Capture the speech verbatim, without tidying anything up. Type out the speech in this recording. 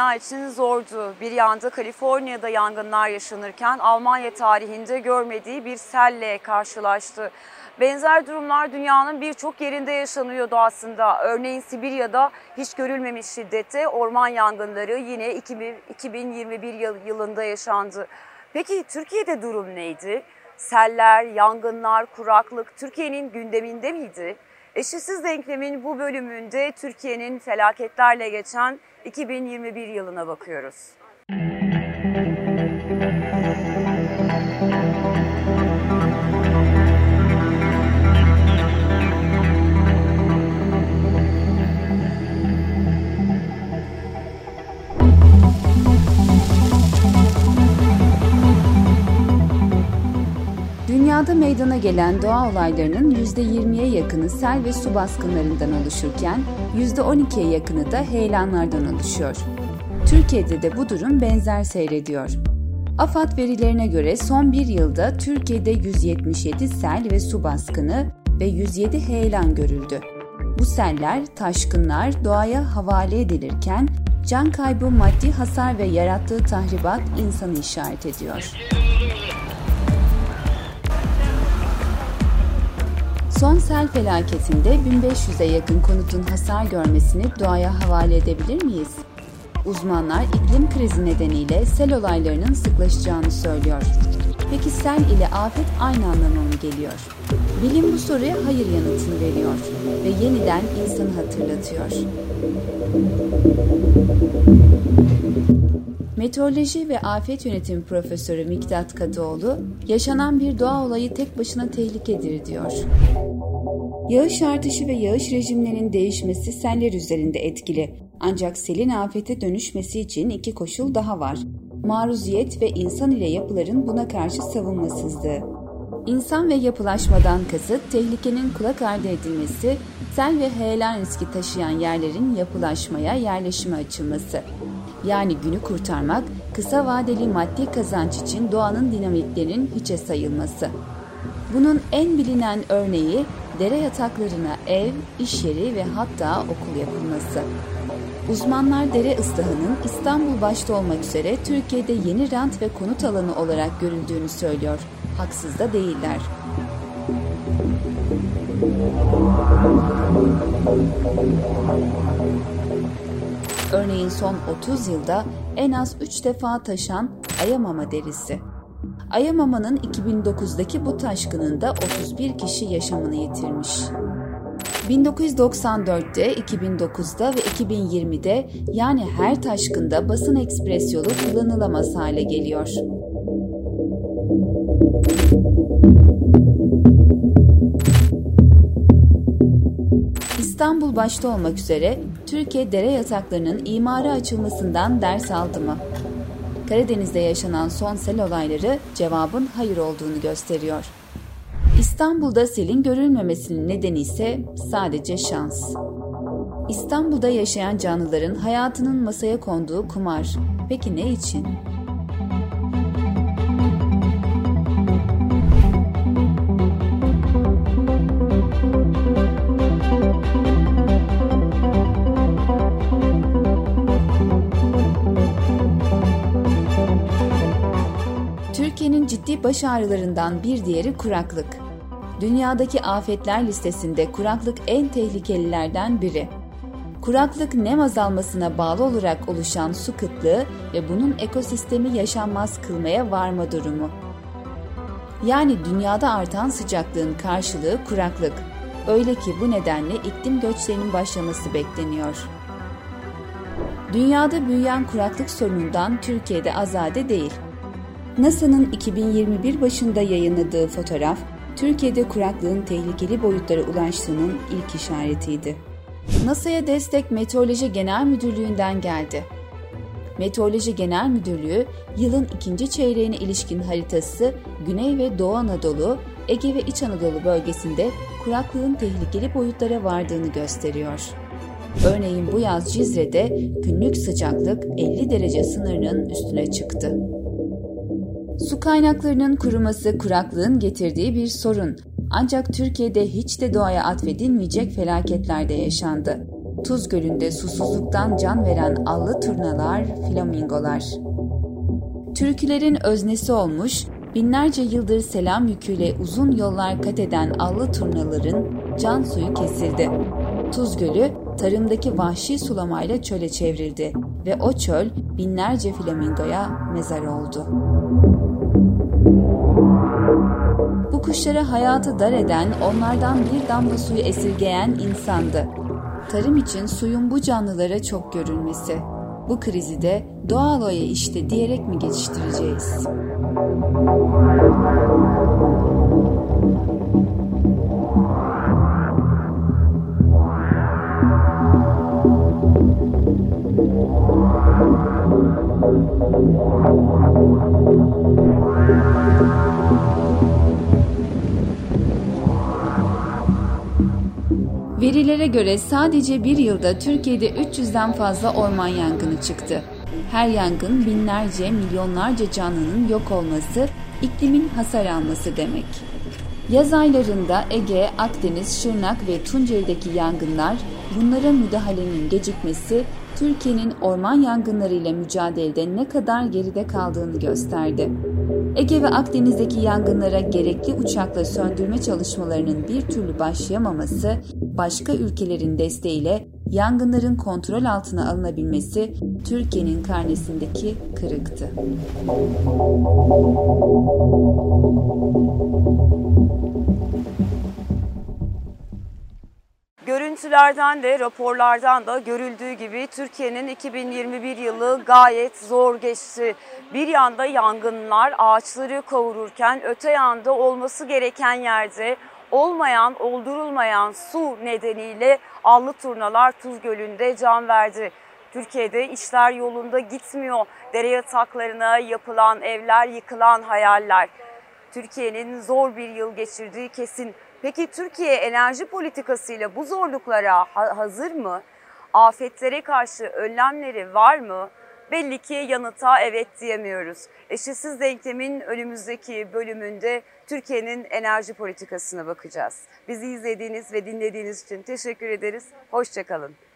dünya için zordu. Bir yanda Kaliforniya'da yangınlar yaşanırken Almanya tarihinde görmediği bir selle karşılaştı. Benzer durumlar dünyanın birçok yerinde yaşanıyordu aslında. Örneğin Sibirya'da hiç görülmemiş şiddette orman yangınları yine iki bin yirmi bir yılında yaşandı. Peki Türkiye'de durum neydi? Seller, yangınlar, kuraklık Türkiye'nin gündeminde miydi? Eşitsiz Denklem'in bu bölümünde Türkiye'nin felaketlerle geçen iki bin yirmi bir yılına bakıyoruz. Dünyada meydana gelen doğa olaylarının yüzde yirmiye yakını sel ve su baskınlarından oluşurken yüzde on ikiye yakını da heyelanlardan oluşuyor. Türkiye'de de bu durum benzer seyrediyor. AFAD verilerine göre son bir yılda Türkiye'de yüz yetmiş yedi sel ve su baskını ve yüz yedi heyelan görüldü. Bu seller, taşkınlar doğaya havale edilirken can kaybı, maddi hasar ve yarattığı tahribat insanı işaret ediyor. Son sel felaketinde bin beş yüze yakın konutun hasar görmesini doğaya havale edebilir miyiz? Uzmanlar iklim krizi nedeniyle sel olaylarının sıklaşacağını söylüyor. Peki sel ile afet aynı anlama mı geliyor? Bilim bu soruya hayır yanıtını veriyor ve yeniden insanı hatırlatıyor. Meteoroloji ve Afet Yönetimi Profesörü Miktat Kadıoğlu, yaşanan bir doğa olayı tek başına tehlikedir diyor. Yağış artışı ve yağış rejimlerinin değişmesi seller üzerinde etkili. Ancak selin afete dönüşmesi için iki koşul daha var. Maruziyet ve insan ile yapıların buna karşı savunmasızlığı. İnsan ve yapılaşmadan kasıt tehlikenin kulak ardı edilmesi, sel ve heyelan riski taşıyan yerlerin yapılaşmaya, yerleşime açılması. Yani günü kurtarmak, kısa vadeli maddi kazanç için doğanın dinamiklerinin hiçe sayılması. Bunun en bilinen örneği dere yataklarına ev, iş yeri ve hatta okul yapılması. Uzmanlar dere ıslahının İstanbul başta olmak üzere Türkiye'de yeni rant ve konut alanı olarak görüldüğünü söylüyor. Haksız da değiller. Örneğin son otuz yılda en az üç defa taşan Ayamama derisi. Ayamama'nın iki bin dokuzdaki bu taşkınında otuz bir kişi yaşamını yitirmiş. bin dokuz yüz doksan dörtte, iki bin dokuzda ve iki bin yirmide yani her taşkında basın ekspres yolu kullanılamaz hale geliyor. İstanbul başta olmak üzere Türkiye dere yataklarının imara açılmasından ders aldı mı? Karadeniz'de yaşanan son sel olayları cevabın hayır olduğunu gösteriyor. İstanbul'da selin görülmemesinin nedeni ise sadece şans. İstanbul'da yaşayan canlıların hayatının masaya konduğu kumar. Peki ne için? Türkiye'nin ciddi baş ağrılarından bir diğeri kuraklık. Dünyadaki afetler listesinde kuraklık en tehlikelilerden biri. Kuraklık nem azalmasına bağlı olarak oluşan su kıtlığı ve bunun ekosistemi yaşanmaz kılmaya varma durumu. Yani dünyada artan sıcaklığın karşılığı kuraklık. Öyle ki bu nedenle iklim göçlerinin başlaması bekleniyor. Dünyada büyüyen kuraklık sorunundan Türkiye'de azade değil. NASA'nın iki bin yirmi bir başında yayınladığı fotoğraf, Türkiye'de kuraklığın tehlikeli boyutlara ulaştığının ilk işaretiydi. NASA'ya destek Meteoroloji Genel Müdürlüğü'nden geldi. Meteoroloji Genel Müdürlüğü, yılın ikinci çeyreğine ilişkin haritası Güney ve Doğu Anadolu, Ege ve İç Anadolu bölgesinde kuraklığın tehlikeli boyutlara vardığını gösteriyor. Örneğin bu yaz Cizre'de günlük sıcaklık elli derece sınırının üstüne çıktı. Su kaynaklarının kuruması kuraklığın getirdiği bir sorun. Ancak Türkiye'de hiç de doğaya atfedilmeyecek felaketler de yaşandı. Tuz Gölü'nde susuzluktan can veren allı turnalar, flamingolar. Türkülerin öznesi olmuş, binlerce yıldır selam yüküyle uzun yollar kat eden allı turnaların can suyu kesildi. Tuz Gölü, tarımdaki vahşi sulamayla çöle çevrildi ve o çöl binlerce flamingoya mezar oldu. Bu kuşlara hayatı dar eden, onlardan bir damla suyu esirgeyen insandı. Tarım için suyun bu canlılara çok görülmesi. Bu krizi de doğal oya işte diyerek mi geçiştireceğiz? Verilere göre sadece bir yılda Türkiye'de üç yüzden fazla orman yangını çıktı. Her yangın binlerce, milyonlarca canlının yok olması, iklimin hasar alması demek. Yaz aylarında Ege, Akdeniz, Şırnak ve Tunceli'deki yangınlar, bunlara müdahalenin gecikmesi, Türkiye'nin orman yangınlarıyla mücadelede ne kadar geride kaldığını gösterdi. Ege ve Akdeniz'deki yangınlara gerekli uçakla söndürme çalışmalarının bir türlü başlayamaması, başka ülkelerin desteğiyle yangınların kontrol altına alınabilmesi Türkiye'nin karnesindeki kırıktı. Görüntülerden de raporlardan da görüldüğü gibi Türkiye'nin iki bin yirmi bir yılı gayet zor geçti. Bir yanda yangınlar ağaçları kavururken öte yanda olması gereken yerde olmayan, oldurulmayan su nedeniyle allı turnalar Tuz Gölü'nde can verdi. Türkiye'de işler yolunda gitmiyor. Dere yataklarına yapılan evler, yıkılan hayaller. Türkiye'nin zor bir yıl geçirdiği kesin. Peki Türkiye enerji politikasıyla bu zorluklara hazır mı? Afetlere karşı önlemleri var mı? Belli ki yanıta evet diyemiyoruz. Eşitsiz denklemin önümüzdeki bölümünde Türkiye'nin enerji politikasına bakacağız. Bizi izlediğiniz ve dinlediğiniz için teşekkür ederiz. Hoşça kalın.